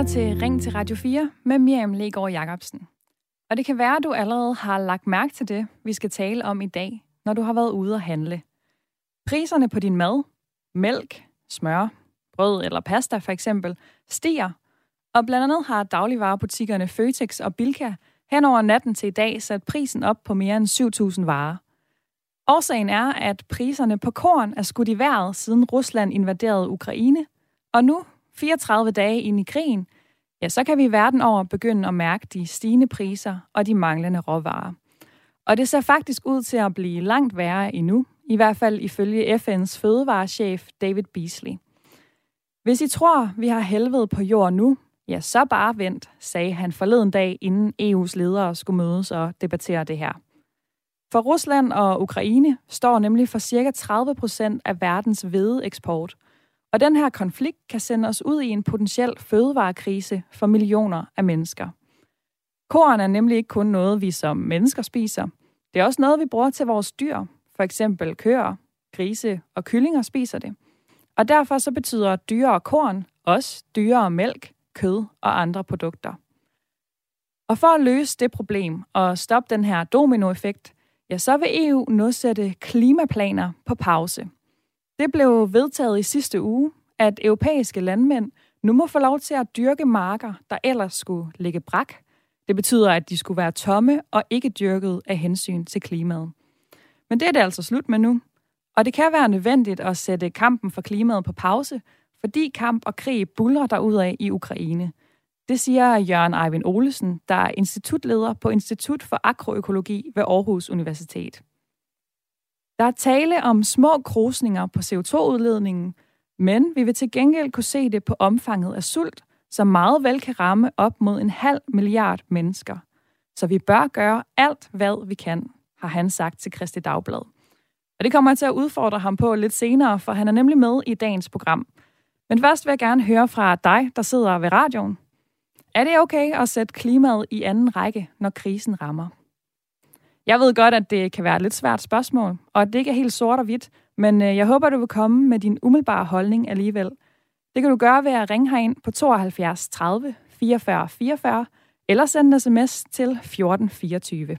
til Ring til Radio 4 med Miriam Legaard Jacobsen. Og det kan være, at du allerede har lagt mærke til det, vi skal tale om i dag, når du har været ude at handle. Priserne på din mad, mælk, smør, brød eller pasta for eksempel, stiger. Og blandt andet har dagligvarebutikkerne Føtex og Bilka hen over natten til i dag sat prisen op på mere end 7.000 varer. Årsagen er, at priserne på korn er skudt i vejret, siden Rusland invaderede Ukraine. Og nu, 34 dage ind i krigen, ja, så kan vi verden over begynde at mærke de stigende priser og de manglende råvarer. Og det ser faktisk ud til at blive langt værre endnu, i hvert fald ifølge FN's fødevarechef David Beasley. Hvis I tror, vi har helvede på jord nu, ja, så bare vent, sagde han forleden dag, inden EU's ledere skulle mødes og debattere det her. For Rusland og Ukraine står nemlig for ca. 30% af verdens hvedeeksport. Og den her konflikt kan sende os ud i en potentiel fødevarekrise for millioner af mennesker. Korn er nemlig ikke kun noget, vi som mennesker spiser. Det er også noget, vi bruger til vores dyr. For eksempel køer, grise og kyllinger spiser det. Og derfor så betyder dyrere korn også dyrere mælk, kød og andre produkter. Og for at løse det problem og stoppe den her dominoeffekt, ja, så vil EU nu sætte klimaplaner på pause. Det blev vedtaget i sidste uge, at europæiske landmænd nu må få lov til at dyrke marker, der ellers skulle ligge brak. Det betyder, at de skulle være tomme og ikke dyrket af hensyn til klimaet. Men det er det altså slut med nu. Og det kan være nødvendigt at sætte kampen for klimaet på pause, fordi kamp og krig buldrer derudad i Ukraine. Det siger Jørgen Eivind Olesen, der er institutleder på Institut for Agroøkologi ved Aarhus Universitet. Der er tale om små krusninger på CO2-udledningen, men vi vil til gengæld kunne se det på omfanget af sult, som meget vel kan ramme op mod 0,5 milliard mennesker. Så vi bør gøre alt, hvad vi kan, har han sagt til Kristi Dagblad. Og det kommer jeg til at udfordre ham på lidt senere, for han er nemlig med i dagens program. Men først vil jeg gerne høre fra dig, der sidder ved radioen. Er det okay at sætte klimaet i anden række, når krisen rammer? Jeg ved godt, at det kan være et lidt svært spørgsmål, og at det ikke er helt sort og hvidt, men jeg håber, du vil komme med din umiddelbare holdning alligevel. Det kan du gøre ved at ringe herind på 72 30 44 44, eller sende en sms til 1424.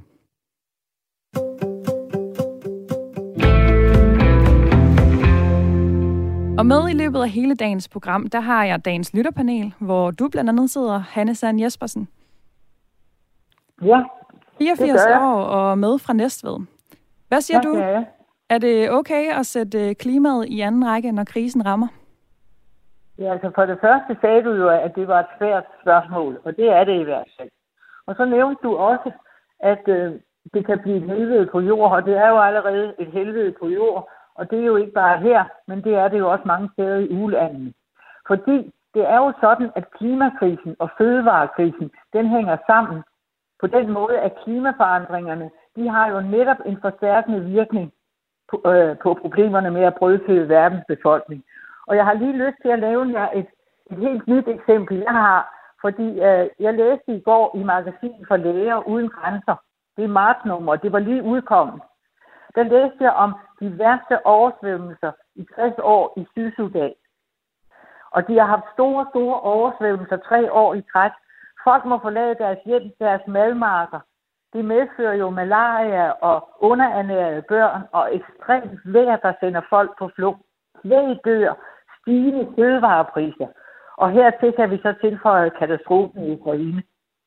Og med i løbet af hele dagens program, der har jeg dagens lytterpanel, hvor du blandt andet sidder, Hanne Sand Jespersen. Ja, 84 år og med fra Næstved. Hvad siger du? Ja. Er det okay at sætte klimaet i anden række, når krisen rammer? Ja, altså for det første sagde du jo, at det var et svært spørgsmål, og det er det i hvert fald. Og så nævnte du også, at det kan blive et helvede på jord, og det er jo allerede et helvede på jord, og det er jo ikke bare her, men det er det jo også mange steder i ulandene. Fordi det er jo sådan, at klimakrisen og fødevarekrisen, den hænger sammen på den måde, at klimaforandringerne, de har jo netop en forstærkende virkning på problemerne med at brødføde verdens befolkning. Og jeg har lige lyst til at nævne jer et helt nyt eksempel, jeg har, fordi jeg læste i går i Magasin for Læger Uden Grænser. Det er martsnummer, det var lige udkommet. Der læste jeg om de værste oversvømmelser i 60 år i Sydsudan. Og de har haft store oversvømmelser 3 år i træk. Folk må forlade deres hjem, deres madmarker. Det medfører jo malaria og underernærede børn og ekstremt vejr, der sender folk på flugt. Kvæg dør, stigende fødevarepriser. Og hertil kan vi så tilføje katastrofen i Ukraine.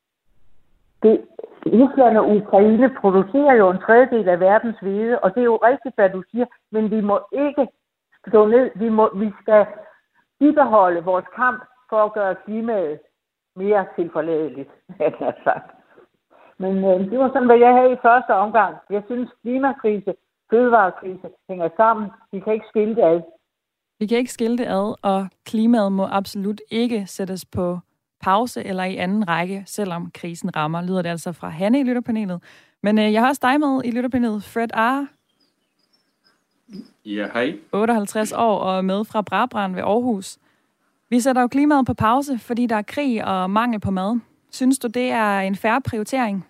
Rusland og Ukraine producerer jo 1/3 af verdens hvede, og det er jo rigtigt, hvad du siger, men vi må ikke stå ned. Vi skal bibeholde vores kamp for at gøre klimaet mere tilforladeligt, han har sagt. Men det var sådan, hvad jeg havde i første omgang. Jeg synes, klimakrise, fødevarekrise hænger sammen. Vi kan ikke skille det ad. Vi kan ikke skille det ad, og klimaet må absolut ikke sættes på pause eller i anden række, selvom krisen rammer, lyder det altså fra Hanne i lytterpanelet. Men jeg har også dig med i lytterpanelet, Fred R. Ja, hej. 58 år og med fra Brabrand ved Aarhus. Vi sætter jo klimaet på pause, fordi der er krig og mangel på mad. Synes du, det er en fair prioritering?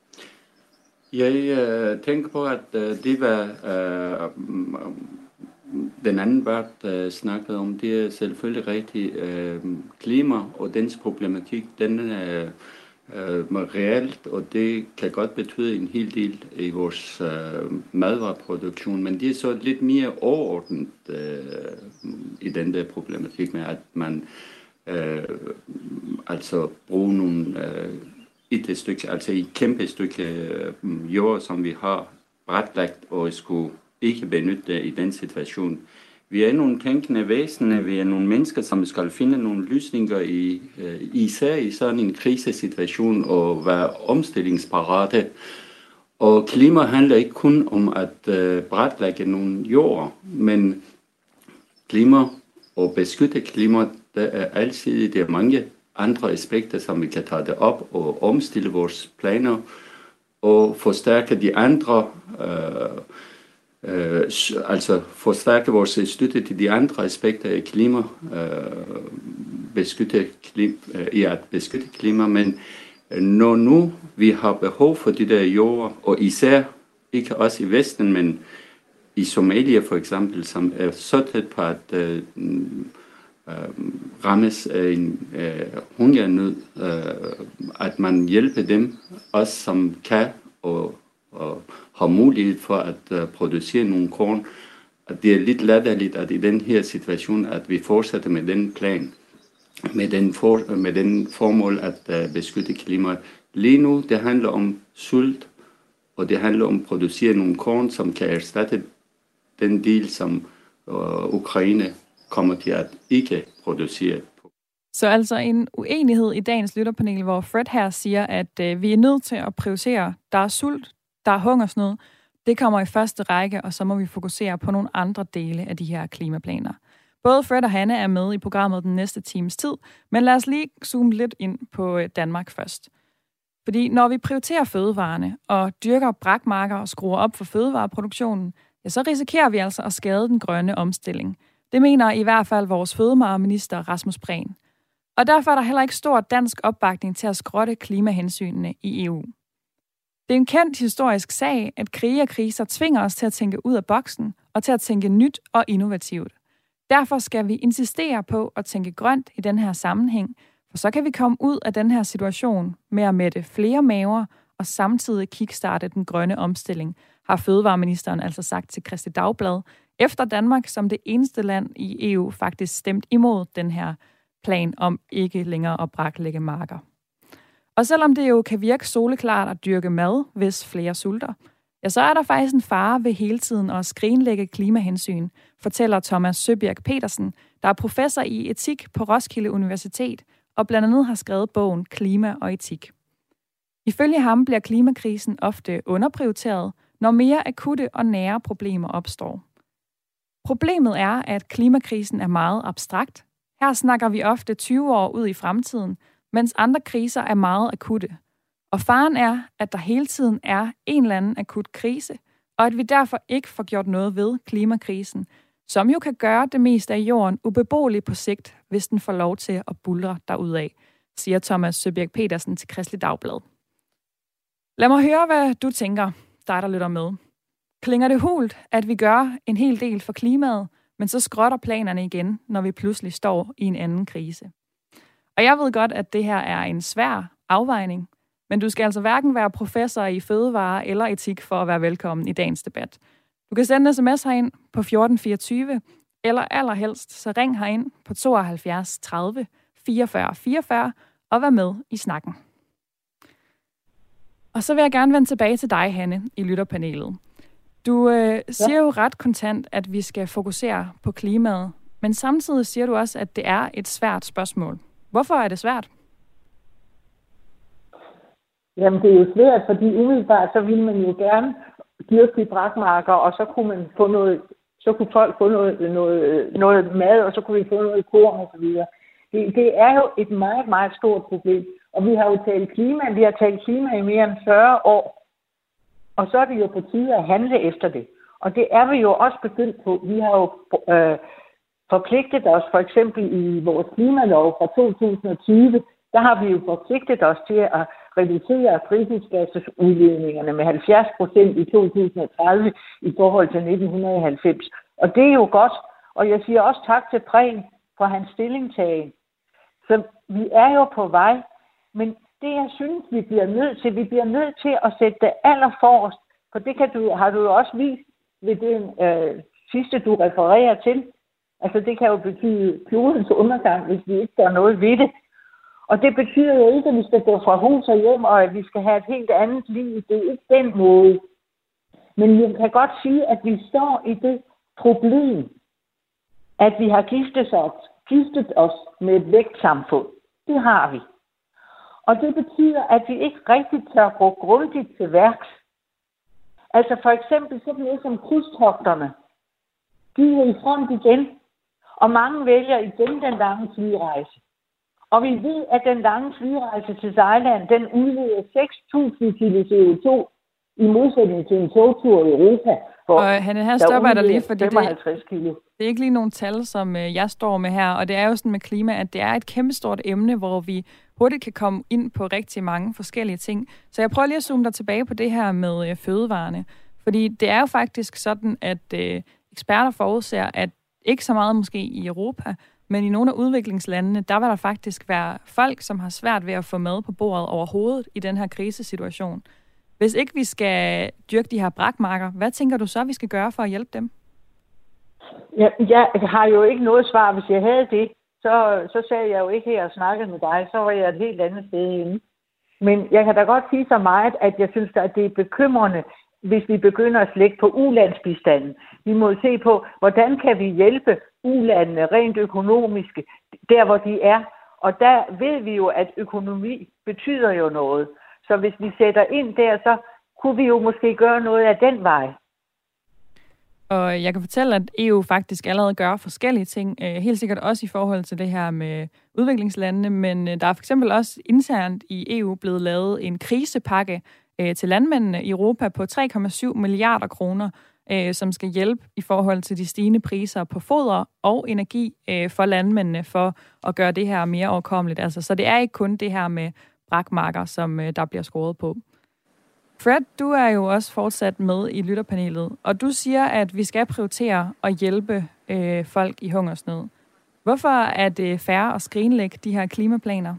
Jeg tænker på, at det var den anden vært snakkede om, det er selvfølgelig rigtigt. Klima og dens problematik, den er reelt, og det kan godt betyde en hel del i vores madvareproduktion, men det er så lidt mere overordnet i den der problematik med, at man altså bruger nogle et stykke, altså et kæmpe stykke jord, som vi har bratlagt og skulle ikke benytte i den situation. Vi er nogle tænkende væsener, vi er nogle mennesker, som skal finde nogle løsninger især i sådan en krisesituation og være omstillingsparate. Og klima handler ikke kun om at brætlægge nogle jord, men klima og beskytte klima, der er altid der er mange andre aspekter, som vi kan tage det op og omstille vores planer og forstærke de andre altså forstærke vores støtte til de andre aspekter af klima, i at beskytte klima, men når nu vi har behov for de der jorder, og især ikke også i Vesten, men i Somalia for eksempel, som er så tæt på at rammes af en hungernød, at man hjælper dem, også som kan og har mulighed for at producere nogle korn. At det er lidt latterligt, at i den her situation, at vi fortsætter med den plan, med den formål at beskytte klimaet. Lige nu, det handler om sult, og det handler om at producere nogle korn, som kan erstatte den del, som Ukraine kommer til at ikke producere. Så altså en uenighed i dagens lytterpanel, hvor Fred her siger, at vi er nødt til at prioritere, der er sult, der er hungersnød, det kommer i første række, og så må vi fokusere på nogle andre dele af de her klimaplaner. Både Fred og Hanne er med i programmet den næste times tid, men lad os lige zoome lidt ind på Danmark først. Fordi når vi prioriterer fødevarene og dyrker brakmarker og skruer op for fødevareproduktionen, ja, så risikerer vi altså at skade den grønne omstilling. Det mener i hvert fald vores fødevareminister Rasmus Prehn. Og derfor er der heller ikke stor dansk opbakning til at skrotte klimahensynene i EU. Det er en kendt historisk sag, at krige og kriser tvinger os til at tænke ud af boksen og til at tænke nyt og innovativt. Derfor skal vi insistere på at tænke grønt i den her sammenhæng, for så kan vi komme ud af den her situation med at mætte flere maver og samtidig kickstarte den grønne omstilling, har fødevareministeren altså sagt til Kristeligt Dagblad, efter Danmark som det eneste land i EU faktisk stemt imod den her plan om ikke længere at braklægge marker. Og selvom det jo kan virke soleklart at dyrke mad, hvis flere sulter, ja, så er der faktisk en fare ved hele tiden at skrinlægge klimahensyn, fortæller Thomas Søbjerg Petersen, der er professor i etik på Roskilde Universitet og blandt andet har skrevet bogen Klima og etik. Ifølge ham bliver klimakrisen ofte underprioriteret, når mere akutte og nære problemer opstår. Problemet er, at klimakrisen er meget abstrakt. Her snakker vi ofte 20 år ud i fremtiden, mens andre kriser er meget akutte. Og faren er, at der hele tiden er en eller anden akut krise, og at vi derfor ikke får gjort noget ved klimakrisen, som jo kan gøre det meste af jorden ubeboelig på sigt, hvis den får lov til at buldre derudad, siger Thomas Søbjerg Petersen til Kristeligt Dagblad. Lad mig høre, hvad du tænker, der lytter med. Klinger det hult, at vi gør en hel del for klimaet, men så skrotter planerne igen, når vi pludselig står i en anden krise? Og jeg ved godt, at det her er en svær afvejning, men du skal altså hverken være professor i fødevare eller etik for at være velkommen i dagens debat. Du kan sende sms herind på 1424, eller allerhelst så ring herind på 72 30 44 44 og vær med i snakken. Og så vil jeg gerne vende tilbage til dig, Hanne, i lytterpanelet. Du siger jo ret kontant, at vi skal fokusere på klimaet, men samtidig siger du også, at det er et svært spørgsmål. Hvorfor er det svært? Jamen, det er jo svært, fordi umiddelbart så ville man jo gerne dyrke de brakmarker, og så kunne man få noget, så kunne folk få noget mad, og så kunne vi få noget korn og så videre. Det er jo et meget, meget stort problem. Og vi har jo talt klima i mere end 40 år. Og så er det jo på tide at handle efter det. Og det er vi jo også begyndt på. Vi har jo forpligtet os, for eksempel i vores klimalov fra 2020, der har vi jo forpligtet os til at reducere drivhusgasudledningerne med 70% i 2030 i forhold til 1990. Og det er jo godt. Og jeg siger også tak til Prehn for hans stillingtagen. Så vi er jo på vej. Men det, jeg synes, vi bliver nødt til at sætte det allerforrest. For det har du jo også vist ved den sidste, du refererer til. Altså, det kan jo betyde klodens undergang, hvis vi ikke gør noget ved det. Og det betyder jo ikke, at vi skal gå fra hus og hjem, og at vi skal have et helt andet liv. Det er ikke den måde. Men vi kan godt sige, at vi står i det problem, at vi har giftet os med et vægtsamfund. Det har vi. Og det betyder, at vi ikke rigtig tør gå grundigt til værks. Altså for eksempel sådan noget som krydstogterne. De er i front igen. Og mange vælger igen den lange flyrejse. Og vi ved, at den lange flyrejse til Thailand, den udleder 6.000 kilo CO2 i modsætning til en togtur i Europa. Og Hanne, her stopper jeg dig lige, fordi 55 kilo. Det er ikke lige nogle tal, som jeg står med her. Og det er jo sådan med klima, at det er et kæmpestort emne, hvor vi hurtigt kan komme ind på rigtig mange forskellige ting. Så jeg prøver lige at zoome dig tilbage på det her med fødevarene. Fordi det er jo faktisk sådan, at eksperter forudser, at ikke så meget måske i Europa, men i nogle af udviklingslandene, der vil der faktisk være folk, som har svært ved at få mad på bordet overhovedet i den her krisesituation. Hvis ikke vi skal dyrke de her brakmarker, hvad tænker du så, vi skal gøre for at hjælpe dem? Ja, jeg har jo ikke noget svar. Hvis jeg havde det, så sagde jeg jo ikke her og snakkede med dig. Så var jeg et helt andet sted inde. Men jeg kan da godt sige så meget, at jeg synes, at det er bekymrende, hvis vi begynder at slække på ulandsbistanden. Vi må se på, hvordan kan vi hjælpe ulandene rent økonomisk, der hvor de er. Og der ved vi jo, at økonomi betyder jo noget. Så hvis vi sætter ind der, så kunne vi jo måske gøre noget af den vej. Og jeg kan fortælle, at EU faktisk allerede gør forskellige ting, helt sikkert også i forhold til det her med udviklingslandene, men der er for eksempel også internt i EU blevet lavet en krisepakke til landmændene i Europa på 3,7 milliarder kroner, som skal hjælpe i forhold til de stigende priser på foder og energi for landmændene for at gøre det her mere overkommeligt. Altså, så det er ikke kun det her med brakmarker, som der bliver skåret på. Fred, du er jo også fortsat med i lytterpanelet, og du siger, at vi skal prioritere at hjælpe folk i hungersnød. Hvorfor er det fair at skrinlægge de her klimaplaner?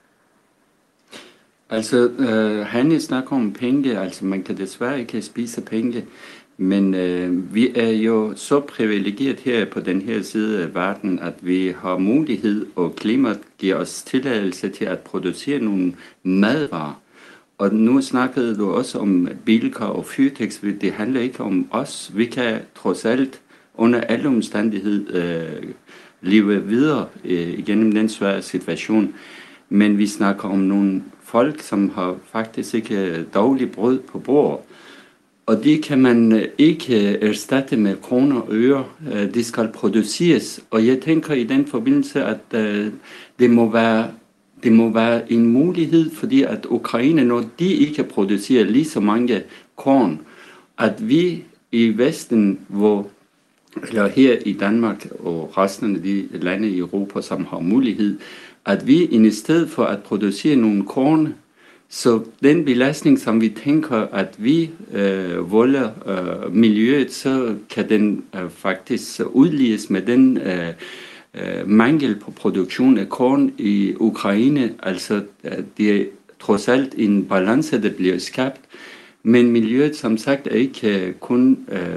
Altså, han snakker om penge, altså man kan desværre ikke spise penge, men vi er jo så privilegeret her på den her side af verden, at vi har mulighed, og klimaet giver os tilladelse til at producere nogle madvarer. Og nu snakkede du også om Bilka og Føtex. Det handler ikke om os. Vi kan trods alt under alle omstændigheder leve videre igennem den svære situation. Men vi snakker om nogle folk, som har faktisk ikke dagligt brød på bordet. Og det kan man ikke erstatte med kroner og øre. Det skal produceres. Og jeg tænker i den forbindelse, at det må være en mulighed, fordi at Ukraine, når de ikke producerer lige så mange korn, at vi i Vesten, eller her i Danmark og resten af de lande i Europa, som har mulighed, at vi i stedet for at producere nogle korn, så den belastning, som vi tænker, at vi volder miljøet, så kan den faktisk udledes med den mangel på produktion af korn i Ukraine. Altså, det er trods alt en balance, der bliver skabt, men miljøet, som sagt, er ikke kun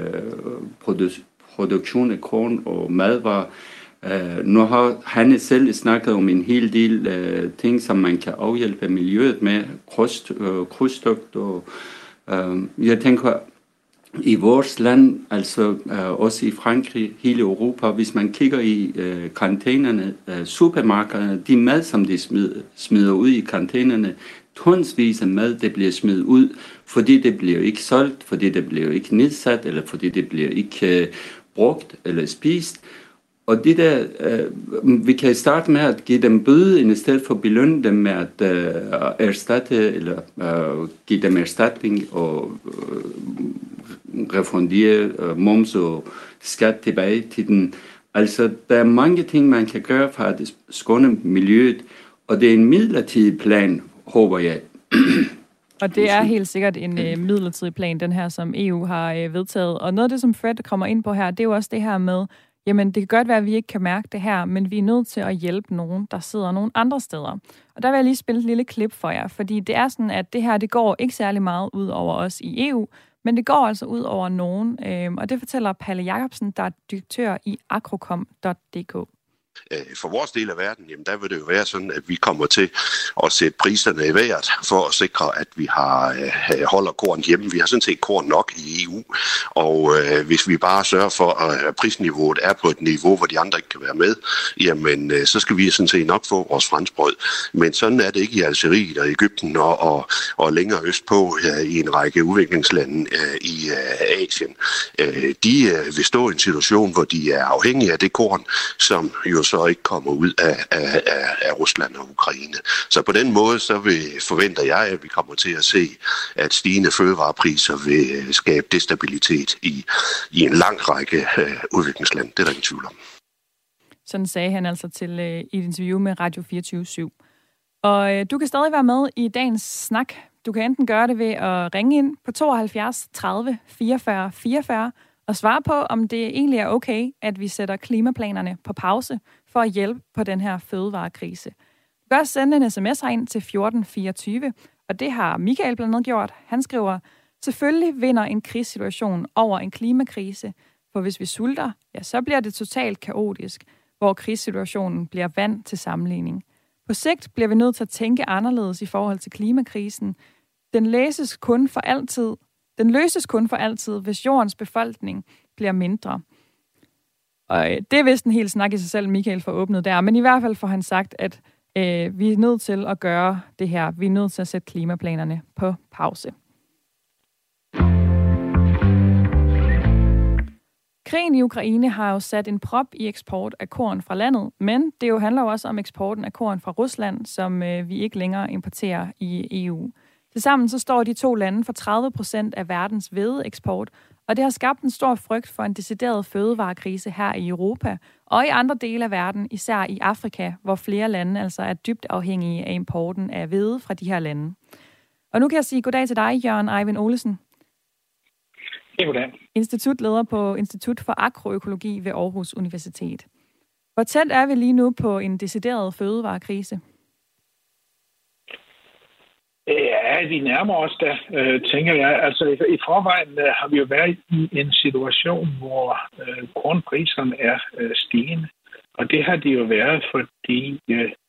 produktion af korn og madvarer. Nu har han selv snakket om en hel del ting, som man kan afhjælpe miljøet med, krydstogt, og jeg tænker, i vores land, altså også i Frankrig, hele Europa, hvis man kigger i containerne, supermarkederne, de mad, som de smider ud i containerne, tonsvis af mad, det bliver smidt ud, fordi det bliver ikke solgt, fordi det bliver ikke nedsat, eller fordi det bliver ikke brugt eller spist. Og det der, vi kan starte med at give dem bøde, i stedet for at belønne dem med at erstatte, eller give dem erstatning og refundere moms og skat tilbage til den. Altså, der er mange ting, man kan gøre for at skåne miljøet, og det er en midlertidig plan, håber jeg. Og det er helt sikkert en midlertidig plan, den her, som EU har vedtaget. Og noget af det, som Fred kommer ind på her, det er jo også det her med, jamen det kan godt være, at vi ikke kan mærke det her, men vi er nødt til at hjælpe nogen, der sidder nogle andre steder. Og der vil jeg lige spille et lille klip for jer, fordi det er sådan, at det her, det går ikke særlig meget ud over os i EU, men det går altså ud over nogen. Og det fortæller Palle Jacobsen, der er direktør i agrocom.dk. For vores del af verden, jamen der vil det jo være sådan, at vi kommer til at sætte priserne i vejret for at sikre, at vi holder korn hjemme. Vi har sådan set korn nok i EU, og hvis vi bare sørger for, at prisniveauet er på et niveau, hvor de andre ikke kan være med, jamen så skal vi sådan set nok få vores franskbrød. Men sådan er det ikke i Algeriet og Egypten og længere østpå i en række udviklingslande i Asien. De vil stå i en situation, hvor de er afhængige af det korn, som jo så ikke kommer ud af Rusland og Ukraine. Så på den måde, så forventer jeg, at vi kommer til at se, at stigende fødevarepriser vil skabe destabilitet i en lang række udviklingslande. Det er der ingen tvivl om. Sådan sagde han altså til et interview med Radio 24/7. Og du kan stadig være med i dagens snak. Du kan enten gøre det ved at ringe ind på 72 30 44 44 og svare på, om det egentlig er okay, at vi sætter klimaplanerne på pause for at hjælpe på den her fødevarekrise. Du kan også sende en sms herind til 1424, og det har Michael blandt andet gjort. Han skriver, selvfølgelig vinder en krigssituation over en klimakrise, for hvis vi sulter, ja, så bliver det totalt kaotisk, hvor krigssituationen bliver vand til sammenligning. På sigt bliver vi nødt til at tænke anderledes i forhold til klimakrisen. Den løses kun for altid, hvis jordens befolkning bliver mindre. Og det er vist en helt snak i sig selv, Michael får åbnet der. Men i hvert fald får han sagt, at vi er nødt til at gøre det her. Vi er nødt til at sætte klimaplanerne på pause. Krigen i Ukraine har jo sat en prop i eksport af korn fra landet, men det jo handler jo også om eksporten af korn fra Rusland, som vi ikke længere importerer i EU. Tilsammen så står de to lande for 30% af verdens hvedeeksport, og det har skabt en stor frygt for en decideret fødevarekrise her i Europa og i andre dele af verden, især i Afrika, hvor flere lande altså er dybt afhængige af importen af hvede fra de her lande. Og nu kan jeg sige goddag til dig, Jørgen Eivind Olesen. Ja, goddag. Institutleder på Institut for Agroøkologi ved Aarhus Universitet. Hvor tæt er vi lige nu på en decideret fødevarekrise? Ja, vi nærmer os da, tænker jeg. Altså i forvejen har vi jo været i en situation, hvor kornpriserne er stigende. Og det har de jo været, fordi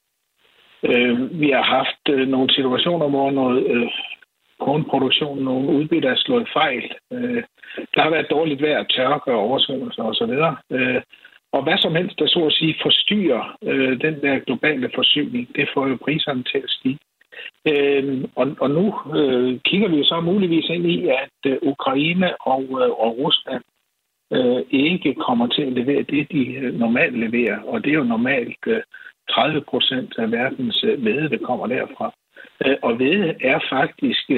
vi har haft nogle situationer, hvor noget kornproduktion, nogle udbytter er slået fejl. Der har været dårligt vejr, tørke og oversvømmelser osv. Og hvad som helst, der så at sige forstyrrer den der globale forsyning, det får jo priserne til at stige. Og nu kigger vi jo så muligvis ind i, at Ukraine og Rusland ikke kommer til at levere det, de normalt leverer. Og det er jo normalt 30% af verdens hvede, der kommer derfra. Og hvede er faktisk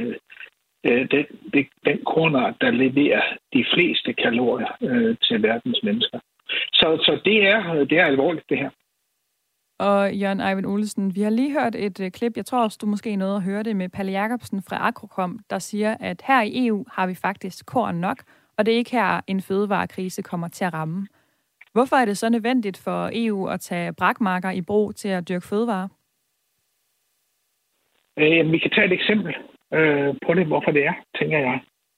den kornart, der leverer de fleste kalorier til verdens mennesker. Så det er alvorligt, det her. Og Jørgen Eivind Olesen, vi har lige hørt et klip, jeg tror også, du måske nåede at høre det med Palle Jacobsen fra Agrocom, der siger, at her i EU har vi faktisk korn nok, og det er ikke her, en fødevarekrise kommer til at ramme. Hvorfor er det så nødvendigt for EU at tage brakmarker i brug til at dyrke fødevarer? Vi kan tage et eksempel på det, hvorfor det er, tænker jeg.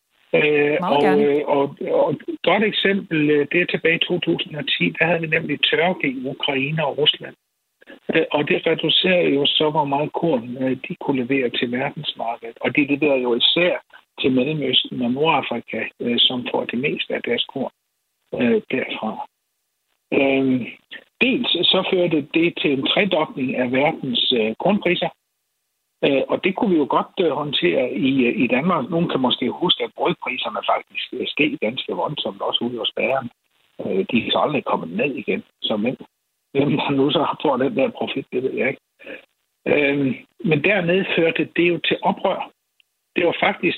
Og et godt eksempel, det er tilbage i 2010, der havde vi nemlig tørke i Ukraine og Rusland. Og det reducerer jo så, hvor meget korn de kunne levere til verdensmarkedet. Og de leverer jo især til Mellemøsten og Nordafrika, som får det meste af deres korn derfra. Dels så førte det til en tredobling af verdens kornpriser. Og det kunne vi jo godt håndtere i Danmark. Nogen kan måske huske, at brødpriserne faktisk steg ganske voldsomt, også ude hos bageren. De er så aldrig kommet ned igen, som mænd. Hvem der nu så får den der profit, det ved jeg ikke. Men dernede førte det jo til oprør. Det var faktisk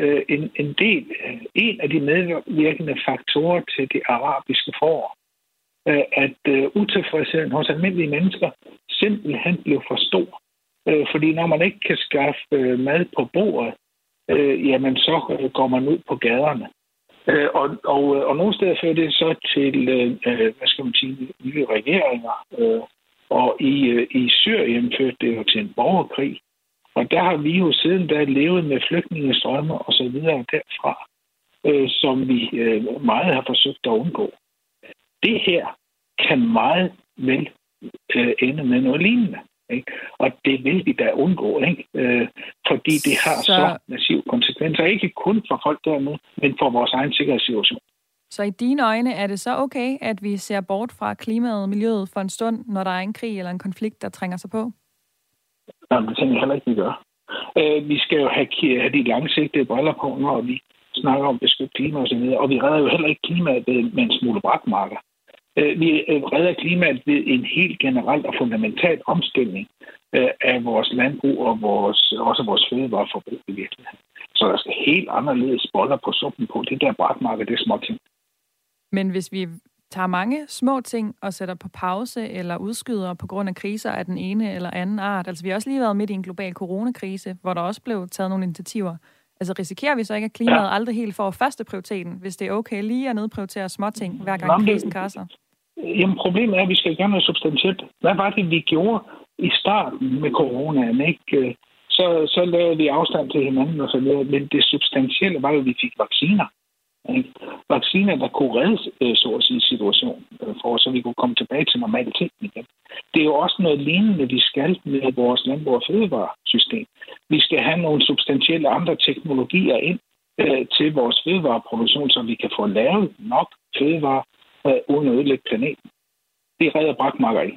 en af de medvirkende faktorer til det arabiske forår. At utilfredsheden hos almindelige mennesker simpelthen blev for stor. Fordi når man ikke kan skaffe mad på bordet, jamen så går man ud på gaderne. Og nogle steder fører det så til, nye regeringer. Og i Syrien førte det jo til en borgerkrig. Og der har vi jo siden da levet med flygtningestrømme og så videre derfra, som vi meget har forsøgt at undgå. Det her kan meget vel ende med noget lignende. Ikke? Og det vil vi da undgå, ikke? Fordi det har så massive konsekvenser, ikke kun for folk dernede, men for vores egen sikkerhedssituation. Så i dine øjne er det så okay, at vi ser bort fra klimaet og miljøet for en stund, når der er en krig eller en konflikt, der trænger sig på? Jamen, det tænker jeg heller ikke, vi gør. Vi skal jo have de langsigtede briller på, når vi snakker om beskytte klima og så videre. Og vi redder jo heller ikke klimaet med en smule brakmarker. Vi redder klimaet ved en helt generelt og fundamental omstilling af vores landbrug og også vores fødevareforbrug i virkeligheden. Så der skal helt anderledes boller på suppen på. Det der brakmarker, det er små ting. Men hvis vi tager mange små ting og sætter på pause eller udskyder på grund af kriser af den ene eller anden art, altså vi har også lige været midt i en global coronakrise, hvor der også blev taget nogle initiativer. Altså risikerer vi så ikke, at klimaet aldrig helt får første prioriteten, hvis det er okay lige at nedprioritere småting, hver gang krisen krasser? Jamen problemet er, at vi skal gøre noget substantielt. Hvad var det, vi gjorde i starten med coronaen? Ikke? Så lavede vi afstand til hinanden og så videre, men det substantielle var jo, at vi fik vacciner. Ikke? Vacciner, der kunne redde så at sige situationen, så vi kunne komme tilbage til normaliteten igen. Det er jo også noget lignende, vi skal med vores landbrug- og fødevaresystem. Vi skal have nogle substantielle andre teknologier ind til vores fødevareproduktion, så vi kan få lavet nok fødevarer uden at ødelægge planeten. Det redder brakmarker i.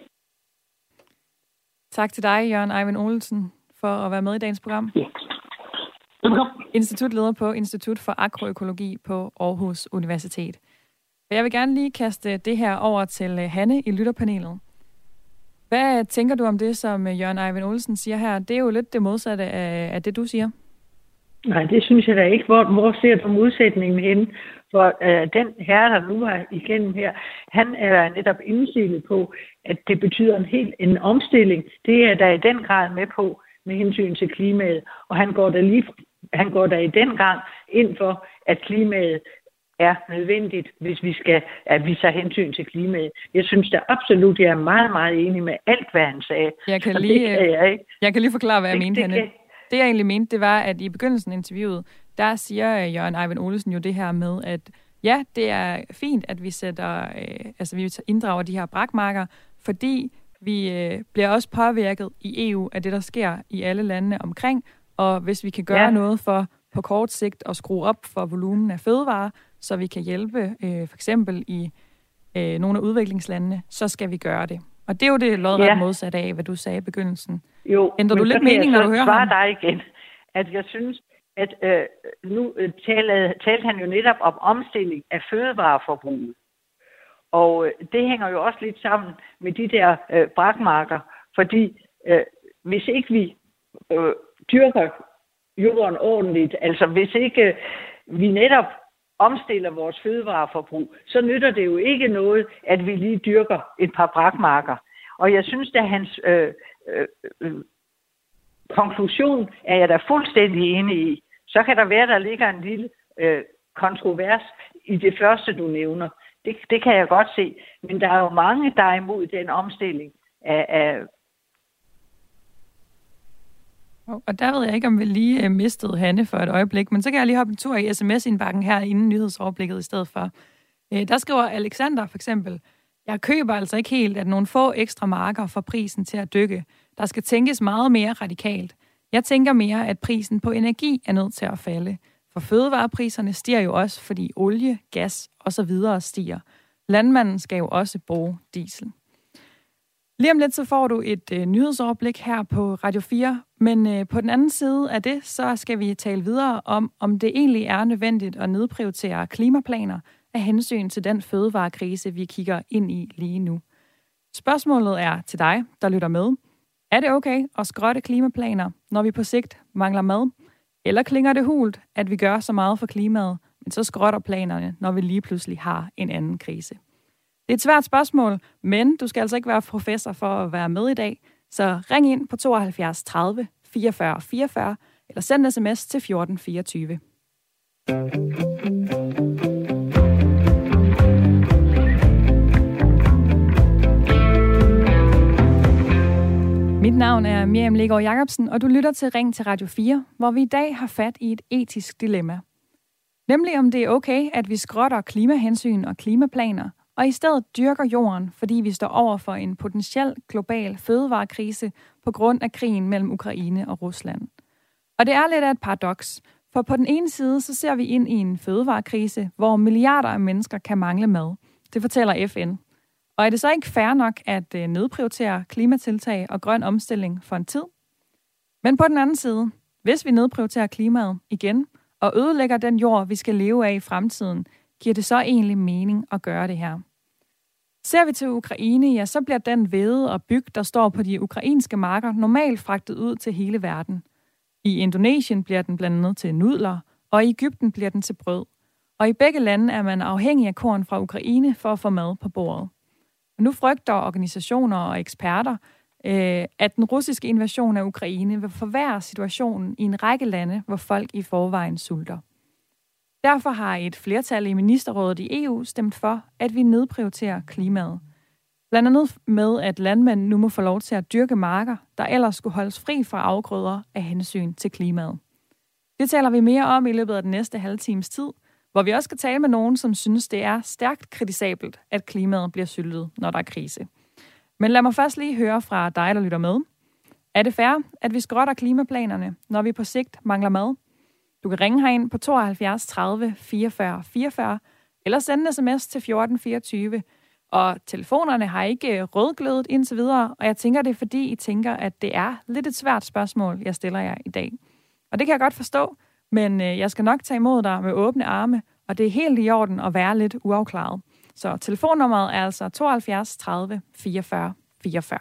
Tak til dig, Jørgen Ejvind Olsen, for at være med i dagens program. Ja. Velkommen. Institutleder på Institut for Agroøkologi på Aarhus Universitet. Jeg vil gerne lige kaste det her over til Hanne i lytterpanelet. Hvad tænker du om det, som Jørgen Ejvind Olsen siger her? Det er jo lidt det modsatte af det, du siger. Nej, det synes jeg da ikke. Hvor ser du modsætningen hen? For den herre, der nu var igennem her, han er netop indstillet på, at det betyder en omstilling. Det er der i den grad med på med hensyn til klimaet. Og han går der i den gang ind for, at klimaet er nødvendigt, hvis at vi tager hensyn til klimaet. Jeg synes da absolut, jeg er meget, meget enig med alt, hvad han sagde. Jeg kan lige forklare, hvad jeg mente, Hanne. Det jeg egentlig mente, det var, at i begyndelsen af interviewet, der siger Jørgen Ejvind Olsen jo det her med, at ja, det er fint, at vi vi inddrager de her brakmarker, fordi vi bliver også påvirket i EU af det, der sker i alle landene omkring, og hvis vi kan gøre noget for på kort sigt at skrue op for volumen af fødevarer, så vi kan hjælpe for eksempel i nogle af udviklingslandene, så skal vi gøre det. Og det er jo det lodret modsat af, hvad du sagde i begyndelsen. Jo, ændrer du lidt mening, når du hører ham? Dig igen, at jeg synes, at nu talte han jo netop om omstilling af fødevareforbruget. Og det hænger jo også lidt sammen med de der brakmarker, fordi hvis ikke vi dyrker jorden ordentligt, altså hvis ikke vi netop omstiller vores fødevareforbrug, så nytter det jo ikke noget, at vi lige dyrker et par brakmarker. Og jeg synes, at hans konklusion er jeg da fuldstændig enig i. Så kan der være, der ligger en lille kontrovers i det første, du nævner. Det kan jeg godt se. Men der er jo mange, der er imod den omstilling af Og der ved jeg ikke, om vi lige mistede Hanne for et øjeblik, men så kan jeg lige hoppe en tur i sms-indbakken her inden nyhedsoverblikket i stedet for. Der skriver Alexander for eksempel, jeg køber altså ikke helt, at nogle få ekstra marker får prisen til at dykke. Der skal tænkes meget mere radikalt. Jeg tænker mere, at prisen på energi er nødt til at falde. For fødevarepriserne stiger jo også, fordi olie, gas osv. stiger. Landmanden skal jo også bruge diesel. Lige om lidt så får du et nyhedsoverblik her på Radio 4, men på den anden side af det, så skal vi tale videre om det egentlig er nødvendigt at nedprioritere klimaplaner af hensyn til den fødevarekrise, vi kigger ind i lige nu. Spørgsmålet er til dig, der lytter med. Er det okay at skrotte klimaplaner, når vi på sigt mangler mad? Eller klinger det hult, at vi gør så meget for klimaet, men så skrotter planerne, når vi lige pludselig har en anden krise? Det er et svært spørgsmål, men du skal altså ikke være professor for at være med i dag. Så ring ind på 72 30 44 44, eller send sms til 1424. Mit navn er Miriam Legaard Jacobsen, og du lytter til Ring til Radio 4, hvor vi i dag har fat i et etisk dilemma. Nemlig om det er okay, at vi skrotter klimahensyn og klimaplaner, og i stedet dyrker jorden, fordi vi står over for en potentiel global fødevarekrise på grund af krigen mellem Ukraine og Rusland. Og det er lidt af et paradoks, for på den ene side så ser vi ind i en fødevarekrise, hvor milliarder af mennesker kan mangle mad. Det fortæller FN. Og er det så ikke fair nok at nedprioritere klimatiltag og grøn omstilling for en tid? Men på den anden side, hvis vi nedprioriterer klimaet igen og ødelægger den jord, vi skal leve af i fremtiden, giver det så egentlig mening at gøre det her? Ser vi til Ukraine, ja, så bliver den hvede og byg, der står på de ukrainske marker, normalt fragtet ud til hele verden. I Indonesien bliver den blandt andet til nudler, og i Egypten bliver den til brød. Og i begge lande er man afhængig af korn fra Ukraine for at få mad på bordet. Og nu frygter organisationer og eksperter, at den russiske invasion af Ukraine vil forværre situationen i en række lande, hvor folk i forvejen sulter. Derfor har et flertal i ministerrådet i EU stemt for, at vi nedprioriterer klimaet. Blandt andet med, at landmænd nu må få lov til at dyrke marker, der ellers skulle holdes fri fra afgrøder af hensyn til klimaet. Det taler vi mere om i løbet af den næste halve times tid, hvor vi også skal tale med nogen, som synes, det er stærkt kritisabelt, at klimaet bliver syltet, når der er krise. Men lad mig først lige høre fra dig, der lytter med. Er det fair, at vi skrotter klimaplanerne, når vi på sigt mangler mad? Du kan ringe herind på 72 30 44 44, eller sende en sms til 1424. Og telefonerne har ikke rødglødet indtil videre, og jeg tænker, det er fordi, I tænker, at det er lidt et svært spørgsmål, jeg stiller jer i dag. Og det kan jeg godt forstå, men jeg skal nok tage imod dig med åbne arme, og det er helt i orden at være lidt uafklaret. Så telefonnummeret er altså 72 30 44 44.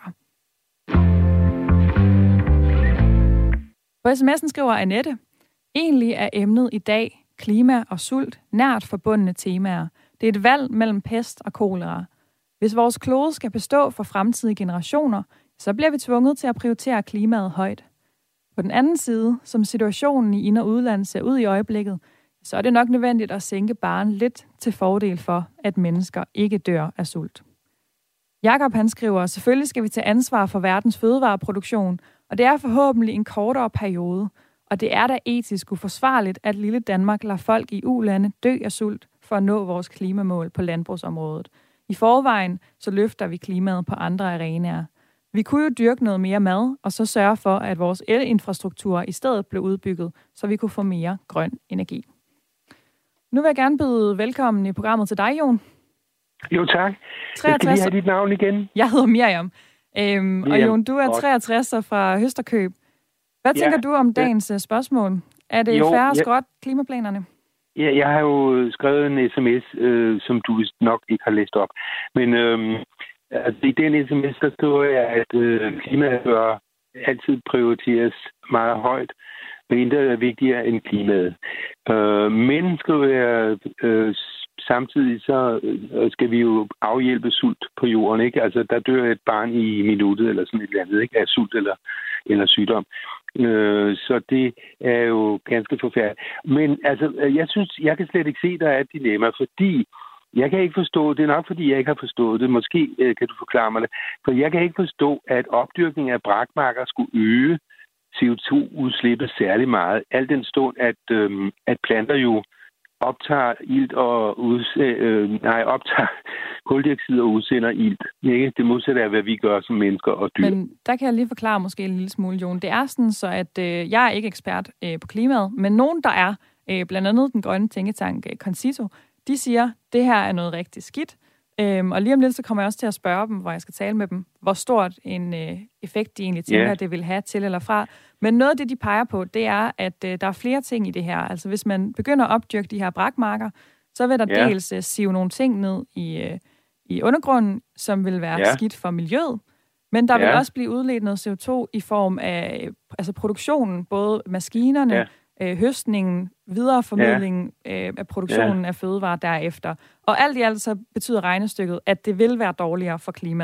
På sms'en skriver Annette: egentlig er emnet i dag klima og sult nært forbundne temaer. Det er et valg mellem pest og kolera. Hvis vores klode skal bestå for fremtidige generationer, så bliver vi tvunget til at prioritere klimaet højt. På den anden side, som situationen i ind- og udland ser ud i øjeblikket, så er det nok nødvendigt at sænke barren lidt til fordel for, at mennesker ikke dør af sult. Jakob han skriver, selvfølgelig skal vi tage ansvar for verdens fødevareproduktion, og det er forhåbentlig en kortere periode. Og det er da etisk uforsvarligt, at lille Danmark lader folk i ulande dø af sult for at nå vores klimamål på landbrugsområdet. I forvejen så løfter vi klimaet på andre arenaer. Vi kunne jo dyrke noget mere mad, og så sørge for, at vores elinfrastruktur i stedet blev udbygget, så vi kunne få mere grøn energi. Nu vil jeg gerne byde velkommen i programmet til dig, Jon. Jo, tak. 63. Jeg skal lige have dit navn igen. Jeg hedder Miriam. Og Jon, du er 63 fra Høsterkøb. Hvad tænker du om dagens spørgsmål? Er det fair at skrotte klimaplanerne? Ja, jeg har jo skrevet en sms, som du nok ikke har læst op. Men i den sms, der står jeg, at klimaet bør altid prioriteres meget højt, men intet er vigtigere end klimaet. Men skriver jeg, samtidig så skal vi jo afhjælpe sult på jorden, ikke? Altså, der dør et barn i minuttet, eller sådan et eller andet, ikke? Af sult eller sygdom. Så det er jo ganske forfærdeligt. Men altså, jeg synes, jeg kan slet ikke se, der er et dilemma, fordi jeg kan ikke forstå, det er nok fordi, jeg ikke har forstået det, måske kan du forklare mig det, for jeg kan ikke forstå, at opdyrkning af brakmarker skulle øge CO2-udslippet særlig meget, al den stund, at planter jo optager ilt og optager koldioxid og udsender ilt. Ikke? Det modsatte er, hvad vi gør som mennesker og dyr. Men der kan jeg lige forklare måske en lille smule, Jon. Det er sådan så, at jeg er ikke ekspert på klimaet, men nogen, der er, blandt andet den grønne tænketank Concito, de siger, at det her er noget rigtig skidt. Og lige om lidt, så kommer jeg også til at spørge dem, hvor jeg skal tale med dem, hvor stort en effekt de egentlig tænker, at det vil have til eller fra. Men noget af det, de peger på, det er, at der er flere ting i det her. Altså hvis man begynder at opdyrke de her brakmarker, så vil der dels sive nogle ting ned i undergrunden, som vil være skidt for miljøet. Men der vil også blive udledt noget CO2 i form af altså produktionen, både maskinerne, høstningen, videreformidlingen af produktionen af fødevarer derefter. Og alt i alt så betyder regnestykket, at det vil være dårligere for klimaet.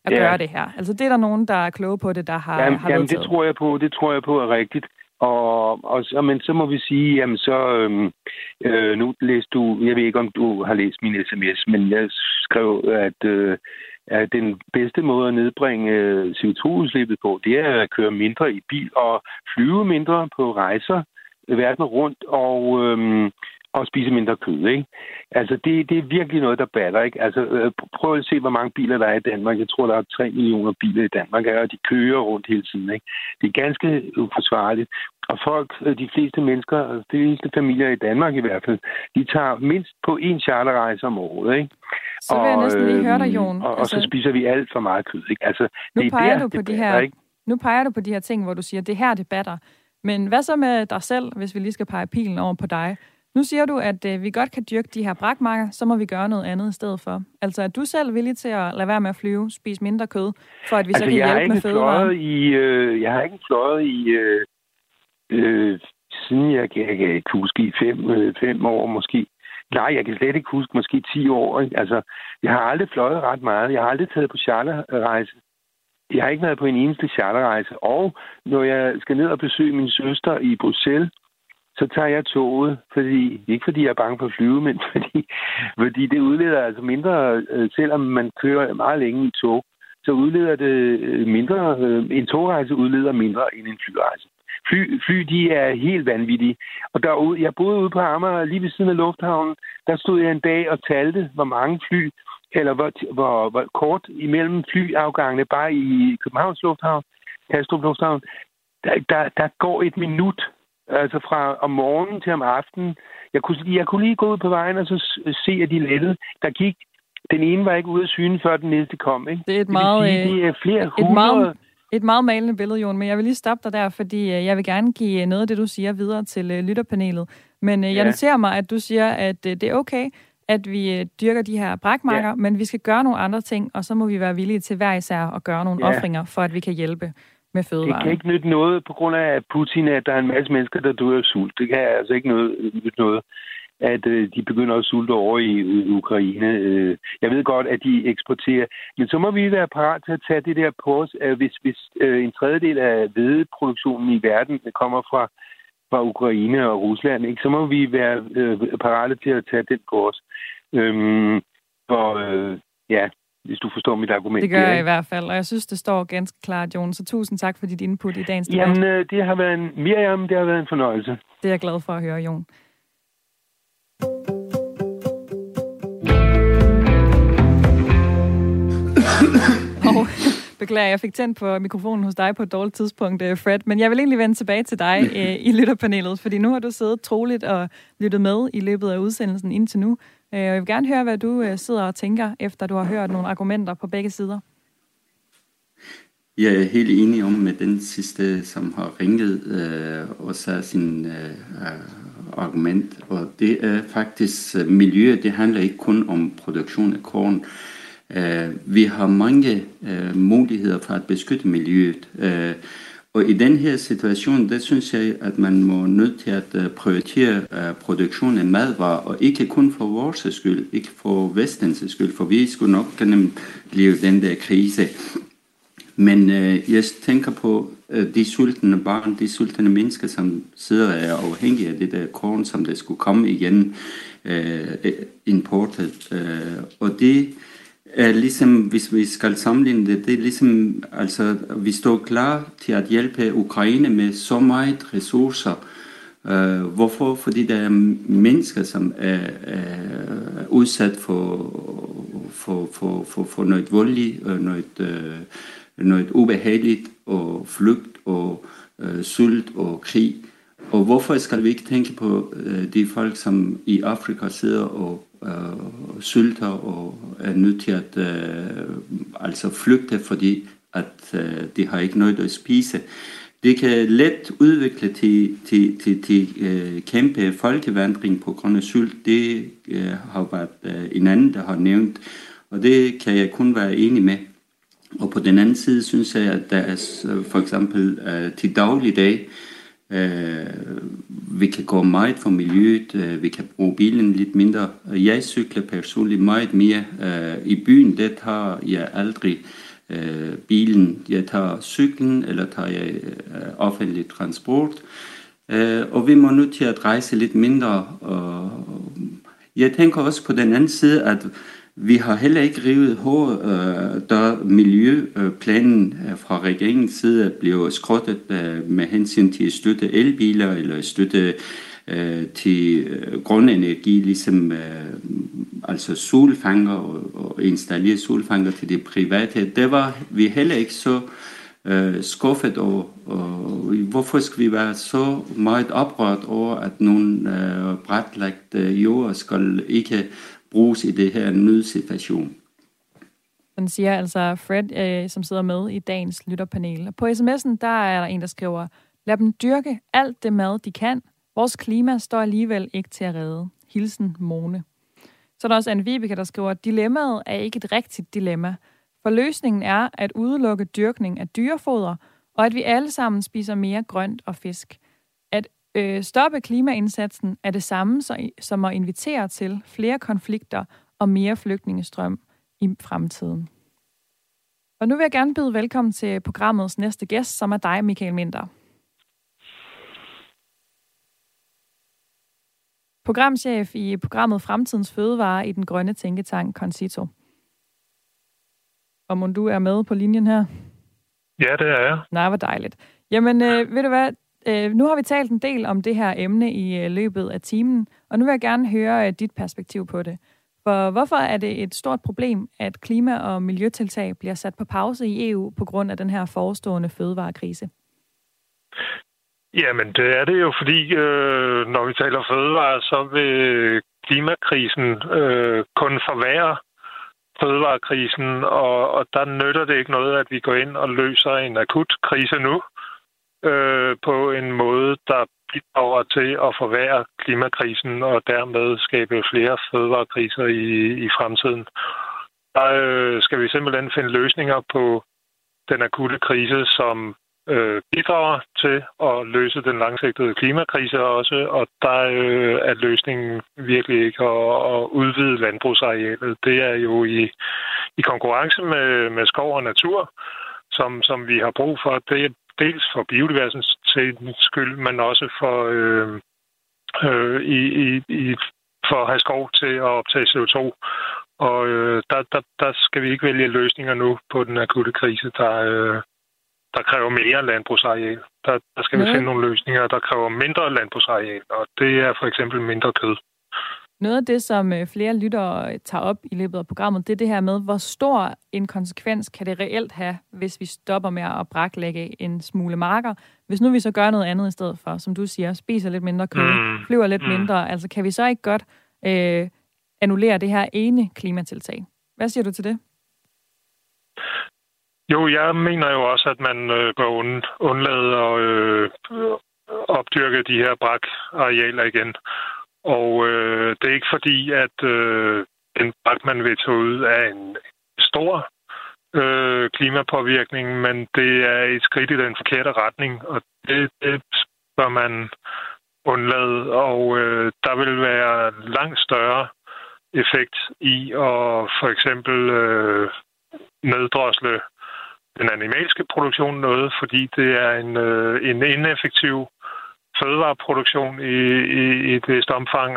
at gøre det her? Altså, det er der nogen, der er kloge på det, der har Jamen, det tror jeg på er rigtigt. Men så må vi sige, jamen så, nu læste du, jeg ved ikke, om du har læst min sms, men jeg skrev, at den bedste måde at nedbringe CO2-udslippet på, det er at køre mindre i bil og flyve mindre på rejser verden rundt og spise mindre kød, ikke? Altså, det er virkelig noget, der batter, ikke? Altså, prøv at se, hvor mange biler der er i Danmark. Jeg tror, der er 3 millioner biler i Danmark, og de kører rundt hele tiden, ikke? Det er ganske uforsvarligt. Og folk, de fleste mennesker, de fleste familier i Danmark i hvert fald, de tager mindst på 1 charterrejse om året, ikke? Så vil jeg næsten lige høre dig, Jon. Og så spiser vi alt for meget kød, ikke? Altså, nu peger du på de her ting, hvor du siger, det her, det batter. Men hvad så med dig selv, hvis vi lige skal pege pilen over på dig? Nu siger du, at vi godt kan dyrke de her brakmarker, så må vi gøre noget andet i stedet for. Altså, er du selv villig til at lade være med at flyve, spise mindre kød, for at vi så kan hjælpe med fødevarer? Jeg har ikke fløjet siden jeg kan ikke huske, i 5 år måske. Nej, jeg kan slet ikke huske, måske 10 år. Ikke? Altså, jeg har aldrig fløjet ret meget. Jeg har aldrig taget på charterrejse. Jeg har ikke været på en eneste charterrejse. Og når jeg skal ned og besøge min søster i Bruxelles, så tager jeg toget, ikke fordi jeg er bange for at flyve, men fordi det udleder altså mindre, selvom man kører meget længe i tog, så udleder det mindre, en togrejse udleder mindre end en flyrejse. Fly, de er helt vanvittige. Og derude, jeg boede ude på Amager, lige ved siden af lufthavnen, der stod jeg en dag og talte, hvor mange fly, eller hvor kort imellem flyafgangene, bare i Københavns Lufthavn, Kastrup Lufthavn, der går 1 minut. Altså fra om morgenen til om aftenen. Jeg kunne lige gå ud på vejen og så se, at de lettede. Den ene var ikke ude af syne, før den næste kom. Ikke? Det er et meget malende billede, Jon, men jeg vil lige stoppe dig der, fordi jeg vil gerne give noget af det, du siger, videre til lytterpanelet. Men jeg noterer mig, at du siger, at det er okay, at vi dyrker de her brakmarker, men vi skal gøre nogle andre ting, og så må vi være villige til hver især at gøre nogle ofringer, for at vi kan hjælpe med fødevarer. Det kan ikke nytte noget på grund af Putin, at der er en masse mennesker, der dør af sult. Det kan altså ikke nytte noget, at de begynder at sulte over i Ukraine. Jeg ved godt, at de eksporterer. Men så må vi være parat til at tage det der på os. Hvis en tredjedel af hvedeproduktionen i verden kommer fra Ukraine og Rusland, ikke, så må vi være parate til at tage den på os. Hvis du forstår mit argument. Det gør jeg i hvert fald, og jeg synes, det står ganske klart, Jon. Så tusind tak for dit input i dagens debat. Jamen, det har været en fornøjelse. Det er jeg glad for at høre, Jon. Beklager, jeg fik tændt på mikrofonen hos dig på et dårligt tidspunkt, Fred. Men jeg vil egentlig vende tilbage til dig i lytterpanelet, fordi nu har du siddet troligt og lyttet med i løbet af udsendelsen indtil nu. Og jeg vil gerne høre, hvad du sidder og tænker, efter du har hørt nogle argumenter på begge sider. Jeg er helt enig med den sidste, som har ringet og sagde sin argument. Og det er faktisk miljø. Det handler ikke kun om produktion af korn. Vi har mange muligheder for at beskytte miljøet. Og i den her situation, der synes jeg, at man må nødt til at prioritere produktion af madvarer, og ikke kun for vores skyld, ikke for vestens skyld, for vi skulle nok gennemleve den der krise. Men jeg tænker på de sultne børn, de sultne mennesker, som sidder og er afhængige af det der korn, som der skulle komme igen importet. Og det er ligesom, hvis vi skal sammenligne det, det er ligesom, altså, vi står klar til at hjælpe Ukraine med så meget ressourcer. Hvorfor? Fordi der er mennesker, som er udsat for noget voldeligt, noget ubehageligt, og flugt, og sult, og krig. Og hvorfor skal vi ikke tænke på de folk, som i Afrika sidder og sulter og er nødt til at altså flygte, fordi at de har ikke noget at spise. Det kan let udvikle til kæmpe folkevandring på grund af sult. Det har været en anden, der har nævnt, og det kan jeg kun være enig med. Og på den anden side synes jeg, at der er for eksempel til dagligdag, vi kan gå meget for miljøet, vi kan bruge bilen lidt mindre. Jeg cykler personligt meget mere i byen, det har jeg aldrig bilen. Jeg tager cyklen, eller tager jeg offentlig transport. Og vi må nødt til at rejse lidt mindre. Jeg tænker også på den anden side, at vi har heller ikke rivet da miljøplanen fra regeringens side blev skrottet med hensyn til at støtte elbiler eller støtte til grundenergi, ligesom altså solfanger og installere solfanger til de private. Det var vi heller ikke så skuffet over. Hvorfor skal vi være så meget oprørt over, at nogle bratlagte jord skal ikke bruges i det her nødsituation? Den siger altså Fred, som sidder med i dagens lytterpanel. På sms'en, der er der en, der skriver, lad dem dyrke alt det mad, de kan. Vores klima står alligevel ikke til at redde. Hilsen Mone. Så er der også Anne Vibeke, der skriver, dilemmaet er ikke et rigtigt dilemma. For løsningen er at udelukke dyrkning af dyrefoder, og at vi alle sammen spiser mere grønt og fisk. At stoppe klimaindsatsen er det samme som at invitere til flere konflikter og mere flygtningestrøm i fremtiden. Og nu vil jeg gerne byde velkommen til programmets næste gæst, som er dig, Michael Minder. Programchef i programmet Fremtidens Fødevare i den grønne tænketank Concito. Og mon du er med på linjen her? Ja, det er jeg. Nej, hvor dejligt. Jamen, ved du hvad? Nu har vi talt en del om det her emne i løbet af timen, og nu vil jeg gerne høre dit perspektiv på det. For hvorfor er det et stort problem, at klima- og miljøtiltag bliver sat på pause i EU på grund af den her forestående fødevarekrise? Jamen, det er det jo, fordi når vi taler fødevare, så vil klimakrisen kun forværre fødevarekrisen, og der nytter det ikke noget, at vi går ind og løser en akut krise nu på en måde, der bidrager til at forværre klimakrisen og dermed skabe flere fødevarekriser i fremtiden. Der skal vi simpelthen finde løsninger på den akutte krise, som bidrager til at løse den langsigtede klimakrise også, og der er løsningen virkelig ikke at udvide landbrugsarealet. Det er jo i konkurrence med skov og natur, som vi har brug for. Det er dels for biodiversitetens skyld, men også for for at have skov til at optage CO2. Og der skal vi ikke vælge løsninger nu på den akutte krise, der kræver mere landbrugsareal. Der skal vi finde nogle løsninger, der kræver mindre landbrugsareal, og det er for eksempel mindre kød. Noget af det, som flere lyttere tager op i løbet af programmet, det er det her med, hvor stor en konsekvens kan det reelt have, hvis vi stopper med at braklægge en smule marker. Hvis nu vi så gør noget andet i stedet for, som du siger, spiser lidt mindre kød, flyver lidt mindre, altså kan vi så ikke godt annullere det her ene klimatiltag? Hvad siger du til det? Jo, jeg mener jo også, at man bør undlade at opdyrke de her brakarealer igen. Og det er ikke fordi, at en brak, man vil tage ud, er en stor klimapåvirkning, men det er et skridt i den forkerte retning, og det bør man undlade. Og der vil være langt større effekt i at for eksempel neddrosle den animalske produktion noget, fordi det er en ineffektiv fødevareproduktion i et vist omfang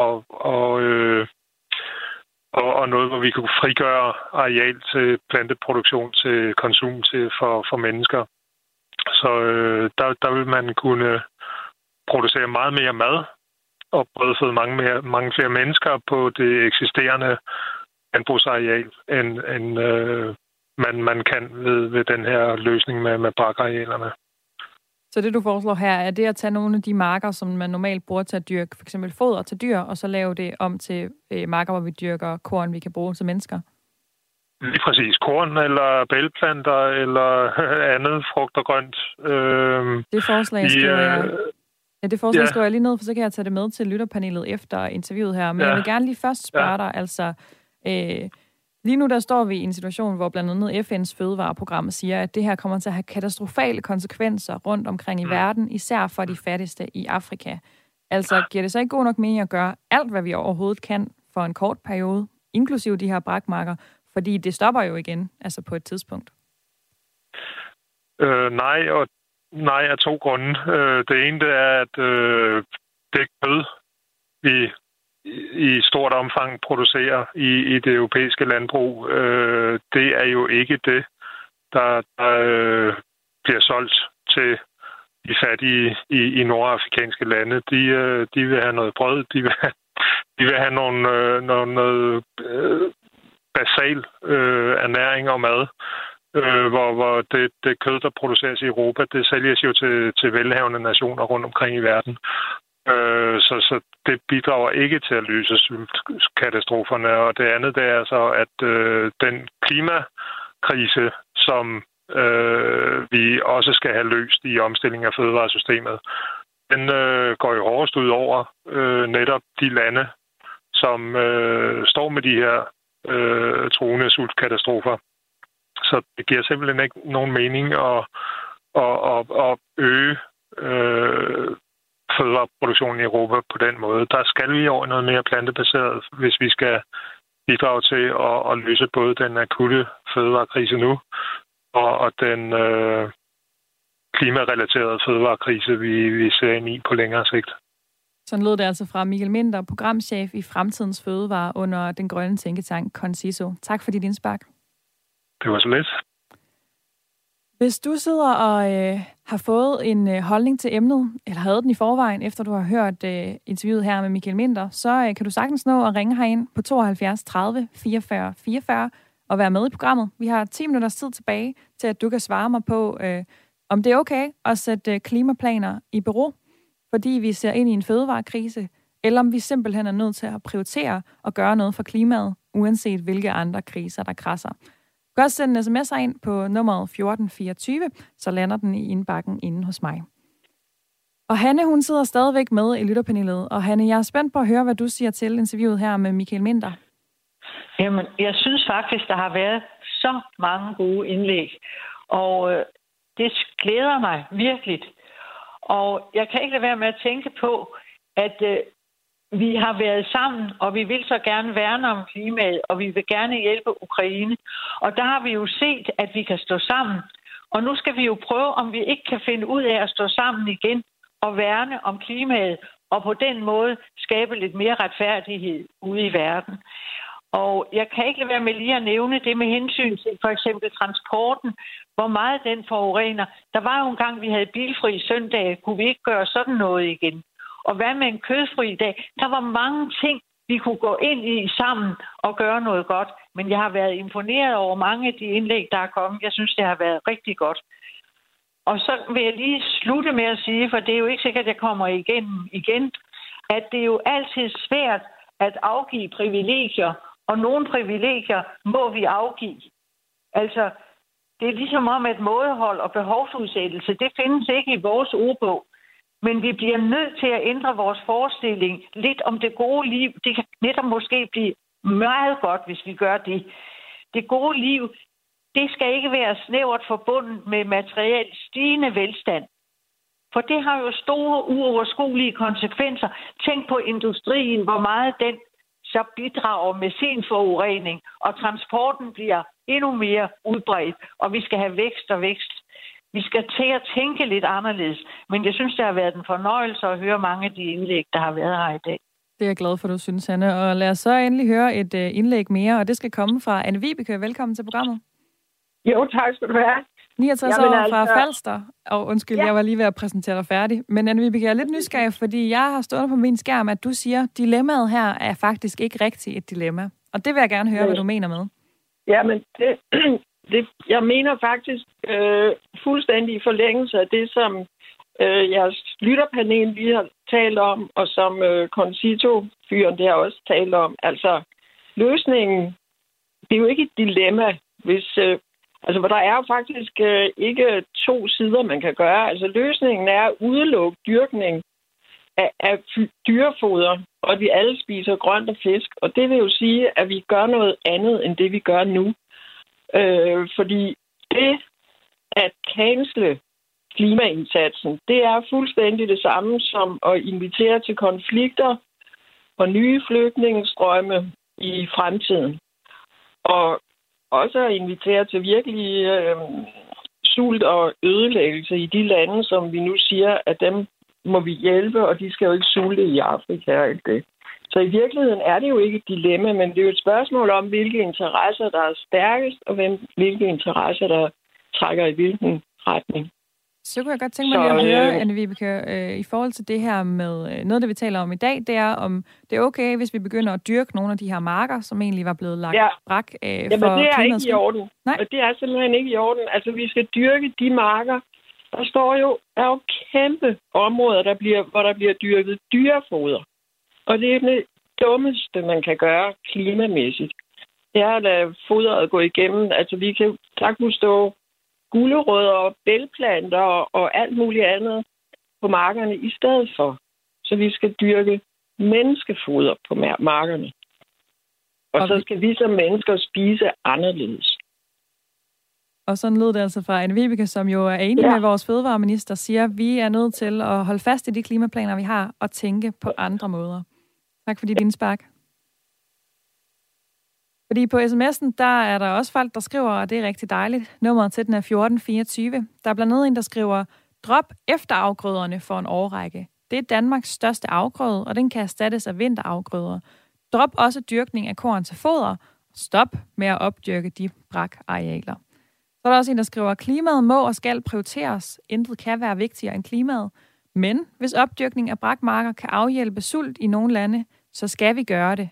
og noget, hvor vi kunne frigøre areal til planteproduktion, til konsum for mennesker. Så der vil man kunne producere meget mere mad og brødføde mange flere mennesker på det eksisterende landbrugsareal, end man kan ved den her løsning med brakarealerne. Så det, du foreslår her, er det at tage nogle af de marker, som man normalt bruger til at dyrke, f.eks. foder til dyr, og så lave det om til marker, hvor vi dyrker korn, vi kan bruge til mennesker? Lige præcis. Korn eller bælgplanter eller andet frugt og grønt. Det forslag skriver jeg... Ja, det forslag skriver jeg lige ned, for så kan jeg tage det med til lytterpanelet efter interviewet her. Men jeg vil gerne lige først spørge dig, altså... Lige nu der står vi i en situation, hvor blandt andet FN's fødevareprogram siger, at det her kommer til at have katastrofale konsekvenser rundt omkring i verden, især for de fattigste i Afrika. Altså, giver det så ikke god nok mening at gøre alt, hvad vi overhovedet kan for en kort periode, inklusive de her brakmarker, Fordi det stopper jo igen, altså på et tidspunkt. Nej af 2 grunde. Det ene det er, at det kød, vi i stort omfang producerer i det europæiske landbrug, det er jo ikke det, der bliver solgt til de fattige i nordafrikanske lande. De vil have noget brød, de vil have noget basal ernæring og mad, hvor det kød, der produceres i Europa, det sælges jo til velhavende nationer rundt omkring i verden. Så det bidrager ikke til at løse sultkatastroferne. Og det andet, det er så, at den klimakrise, som vi også skal have løst i omstilling af fødevaresystemet, den går jo hårdest ud over netop de lande, som står med de her truende sultkatastrofer. Så det giver simpelthen ikke nogen mening at øge fødevareproduktionen i Europa på den måde. Der skal vi over noget mere plantebaseret, hvis vi skal bidrage til at løse både den akutte fødevarekrise nu og den klimarelaterede fødevarekrise, vi ser ind i på længere sigt. Sådan lød det altså fra Mikkel Minter, programchef i Fremtidens Fødevare under den grønne tænketank CONCISO. Tak for dit indspark. Det var så lidt. Hvis du sidder og har fået en holdning til emnet, eller havde den i forvejen, efter du har hørt interviewet her med Mikkel Minter, så kan du sagtens nå at ringe herind på 72 30 44 44 og være med i programmet. Vi har 10 minutters tid tilbage til, at du kan svare mig på, om det er okay at sætte klimaplaner i bero, fordi vi ser ind i en fødevarekrise, eller om vi simpelthen er nødt til at prioritere og gøre noget for klimaet, uanset hvilke andre kriser, der krasser. Du kan også sende en sms ind på nummeret 1424, så lander den i indbakken inde hos mig. Og Hanne, hun sidder stadigvæk med i lytterpanelet. Og Hanne, jeg er spændt på at høre, hvad du siger til interviewet her med Mikkel Minter. Jamen, jeg synes faktisk, der har været så mange gode indlæg. Og det glæder mig virkelig. Og jeg kan ikke lade være med at tænke på, at vi har været sammen, og vi vil så gerne værne om klimaet, og vi vil gerne hjælpe Ukraine. Og der har vi jo set, at vi kan stå sammen. Og nu skal vi jo prøve, om vi ikke kan finde ud af at stå sammen igen og værne om klimaet, og på den måde skabe lidt mere retfærdighed ude i verden. Og jeg kan ikke lade være med lige at nævne det med hensyn til for eksempel transporten, hvor meget den forurener. Der var jo en gang, vi havde bilfri søndag. Kunne vi ikke gøre sådan noget igen? Og hvad med en kødfri dag? Der var mange ting, vi kunne gå ind i sammen og gøre noget godt. Men jeg har været imponeret over mange af de indlæg, der er kommet. Jeg synes, det har været rigtig godt. Og så vil jeg lige slutte med at sige, for det er jo ikke sikkert, at jeg kommer igen, at det er jo altid svært at afgive privilegier, og nogle privilegier må vi afgive. Altså, det er ligesom om, at mådehold og behovsudsættelse, det findes ikke i vores ordbog. Men vi bliver nødt til at ændre vores forestilling lidt om det gode liv. Det kan netop måske blive meget godt, hvis vi gør det. Det gode liv, det skal ikke være snævert forbundet med materielt stigende velstand. For det har jo store, uoverskuelige konsekvenser. Tænk på industrien, hvor meget den så bidrager med sin forurening, og transporten bliver endnu mere udbredt, og vi skal have vækst og vækst. Vi skal til at tænke lidt anderledes, men jeg synes, det har været en fornøjelse at høre mange af de indlæg, der har været her i dag. Det er jeg glad for, du synes, Hanne. Og lad os så endelig høre et indlæg mere, og det skal komme fra Anne Vibeke. Velkommen til programmet. Jo, tak skal du have. 69 år fra Falster. Og undskyld, jeg var lige ved at præsentere dig færdig. Men Anne Vibeke, jeg er lidt nysgerrig, fordi jeg har stået på min skærm, at du siger, at dilemmaet her er faktisk ikke rigtigt et dilemma. Og det vil jeg gerne høre, hvad du mener med. Jamen, jeg mener faktisk fuldstændig i forlængelse af det, som jeres lytterpanel lige har talt om, og som CONCITO-fyren der også talt om. Altså, løsningen, det er jo ikke et dilemma, hvis... for der er jo faktisk ikke 2 sider, man kan gøre. Altså, løsningen er at udelukke dyrkning af dyrefoder, og at vi alle spiser grønt og fisk. Og det vil jo sige, at vi gør noget andet, end det vi gør nu. Fordi det at cancele klimaindsatsen, det er fuldstændig det samme som at invitere til konflikter og nye flygtningestrømme i fremtiden. Og også at invitere til virkelig sult og ødelæggelse i de lande, som vi nu siger, at dem må vi hjælpe, og de skal jo ikke sulte i Afrika og alt det. Så i virkeligheden er det jo ikke et dilemma, men det er jo et spørgsmål om, hvilke interesser, der er stærkest, og hvilke interesser, der trækker i hvilken retning. Så kunne jeg godt tænke mig lige at høre, Anne-Vibeke, i forhold til det her med noget, det vi taler om i dag, det er, om det er okay, hvis vi begynder at dyrke nogle af de her marker, som egentlig var blevet lagt brak for klimaet. Jamen, det er ikke i orden. Nej. Og det er simpelthen ikke i orden. Altså, vi skal dyrke de marker. Der er jo kæmpe områder, hvor der bliver dyrket dyrefoder. Og det er det dummeste, man kan gøre klimamæssigt. Det er at lade fodret gå igennem. Altså, der kunne stå gulerødder og bælgplanter og alt muligt andet på markerne i stedet for. Så vi skal dyrke menneskefoder på markerne. Og så skal vi som mennesker spise anderledes. Og sådan lød det altså fra Anne-Vibeke, som jo er enig med vores fødevareminister, siger, at vi er nødt til at holde fast i de klimaplaner, vi har, og tænke på andre måder. Tak for dit indspark. Fordi på sms'en, der er der også folk, der skriver, og det er rigtig dejligt. Nummeret til den er 1424. Der er blandt andet en, der skriver, drop efterafgrøderne for en årrække. Det er Danmarks største afgrøde, og den kan erstattes af vinterafgrøder. Drop også dyrkning af korn til foder. Stop med at opdyrke de brakarealer. Så er der også en, der skriver, klimaet må og skal prioriteres. Intet kan være vigtigere end klimaet. Men hvis opdyrkning af brakmarker kan afhjælpe sult i nogle lande, så skal vi gøre det.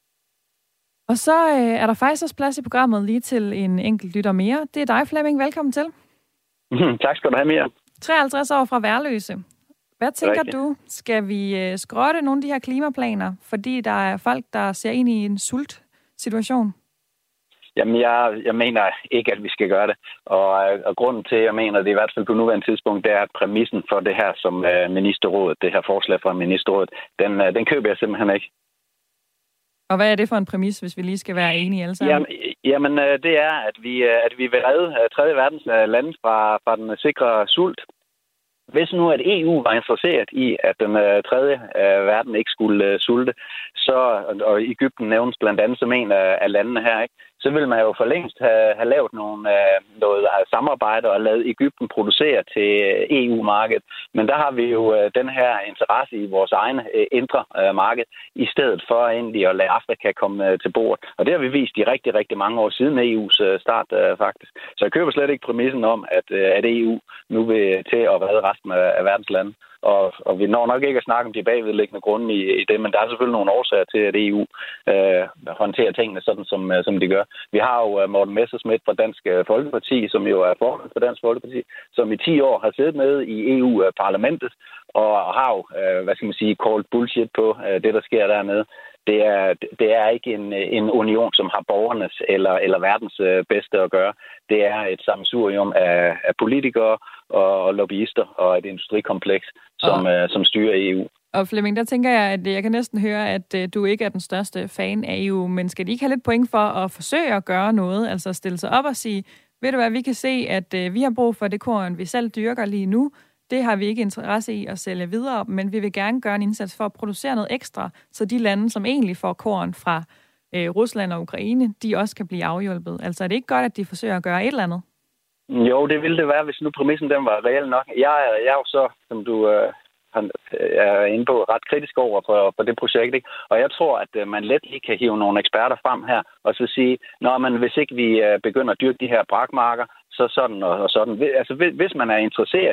Og så er der faktisk også plads i programmet lige til en enkelt lytter mere. Det er dig, Flemming. Velkommen til. Tak skal du have, Mia. 53 år fra Værløse. Hvad tænker du? Skal vi skrotte nogle af de her klimaplaner, fordi der er folk, der ser ind i en sultsituation? Jamen, jeg mener ikke, at vi skal gøre det. Og grunden til, at jeg mener det i hvert fald på nuværende tidspunkt, det er, at præmissen for det her som ministerrådet, det her forslag fra ministerrådet, den køber jeg simpelthen ikke. Og hvad er det for en præmis, hvis vi lige skal være enige alle sammen? Jamen det er, at vi vil redde tredje verdens lande fra den sikre sult. Hvis nu at EU var interesseret i, at den tredje verden ikke skulle sulte, og Egypten nævnes blandt andet som en af landene her, ikke? Så ville man jo for længst have lavet noget samarbejde og lavet Egypten producere til EU-markedet. Men der har vi jo den her interesse i vores egen indre marked, i stedet for egentlig at lade Afrika komme til bord. Og det har vi vist i rigtig, rigtig mange år siden EU's start faktisk. Så jeg køber slet ikke præmissen om, at EU nu vil til at redde resten af verdens lande. Og vi når nok ikke at snakke om de bagvedliggende grunde i det, men der er selvfølgelig nogle årsager til, at EU håndterer tingene sådan, som de gør. Vi har jo Morten Messerschmidt fra Dansk Folkeparti, som jo er formand for Dansk Folkeparti, som i 10 år har siddet med i EU-parlamentet og har jo, called bullshit på det, der sker dernede. Det er ikke en union, som har borgernes eller verdens bedste at gøre. Det er et sammensurium af politikere og lobbyister og et industrikompleks, som styrer EU. Og Flemming, der tænker jeg, at jeg kan næsten høre, at du ikke er den største fan af EU, men skal de ikke have lidt point for at forsøge at gøre noget, altså stille sig op og sige, ved du hvad, vi kan se, at vi har brug for det korn, vi selv dyrker lige nu. Det har vi ikke interesse i at sælge videre, men vi vil gerne gøre en indsats for at producere noget ekstra, så de lande, som egentlig får korn fra Rusland og Ukraine, de også kan blive afhjulpet. Altså er det ikke godt, at de forsøger at gøre et eller andet? Jo, det ville det være, hvis nu præmissen den var reel nok. Jeg er jo så, som du er inde på, ret kritisk over for det projekt, ikke? Og jeg tror, at man let lige kan hive nogle eksperter frem her, og så sige, hvis ikke vi begynder at dyrke de her brakmarker, så sådan og sådan. Altså, hvis man er interesseret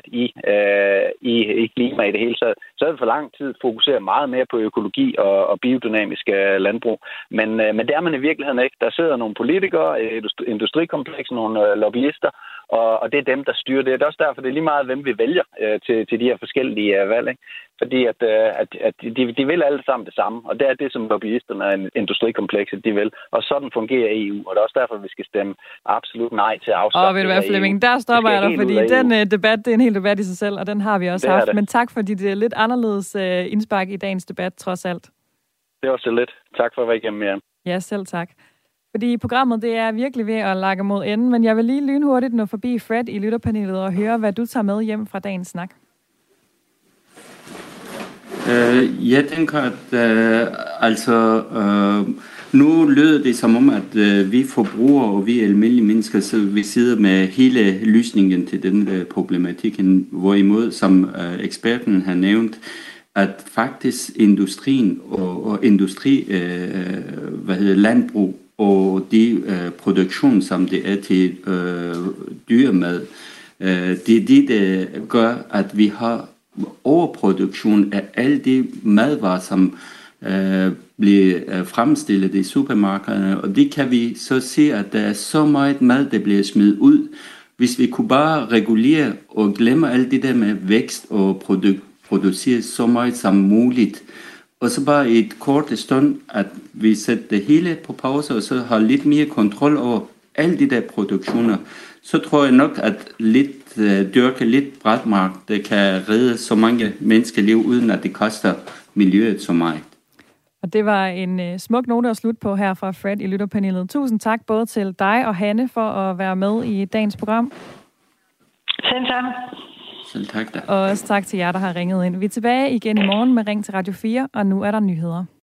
i klima i det hele taget, så er det for lang tid fokuseret meget mere på økologi og biodynamisk landbrug. Men det er man i virkeligheden ikke. Der sidder nogle politikere, industrikompleks, nogle lobbyister, og det er dem, der styrer det. Det er også derfor, det er lige meget, hvem vi vælger til de her forskellige valg, ikke? Fordi at de vil alle sammen det samme, og det er det, som lobbyisterne og industrikomplekset, de vil. Og sådan fungerer EU, og det er også derfor, vi skal stemme absolut nej til afskaffelse. Ved du hvad, Flemming, der stopper jeg dig, fordi den debat, det er en hel debat i sig selv, og den har vi også haft. Men tak for dit lidt anderledes indspark i dagens debat, trods alt. Det var så lidt. Tak for at være igennem jer. Ja, selv tak. Fordi programmet, det er virkelig ved at lakke mod enden, men jeg vil lige lynhurtigt nå forbi Fred i lytterpanelet og høre, hvad du tager med hjem fra dagens snak. Jeg tænker, at nu lyder det som om, at vi forbrugere og vi almindelige mennesker, så vi sidder med hele løsningen til den problematik, hvorimod, som eksperten har nævnt, at faktisk industrien og landbrug og de produktion, som det er til dyremad, det er det, der gør, at vi har overproduktion af alle de madvarer, som bliver fremstillet i supermarkederne, og det kan vi så se, at der er så meget mad, der bliver smidt ud. Hvis vi kunne bare regulere og glemme alt det der med vækst og producere så meget som muligt, og så bare i et kort stund, at vi sætter det hele på pause, og så har lidt mere kontrol over alle de der produktioner, så tror jeg nok, at dyrke lidt brætmark, det kan redde så mange menneskeliv, uden at det koster miljøet så meget. Og det var en smuk note at slutte på her fra Fred i lytterpanelet. Tusind tak både til dig og Hanne for at være med i dagens program. Selv tak. Selv tak da. Og også tak til jer, der har ringet ind. Vi er tilbage igen i morgen med Ring til Radio 4, og nu er der nyheder.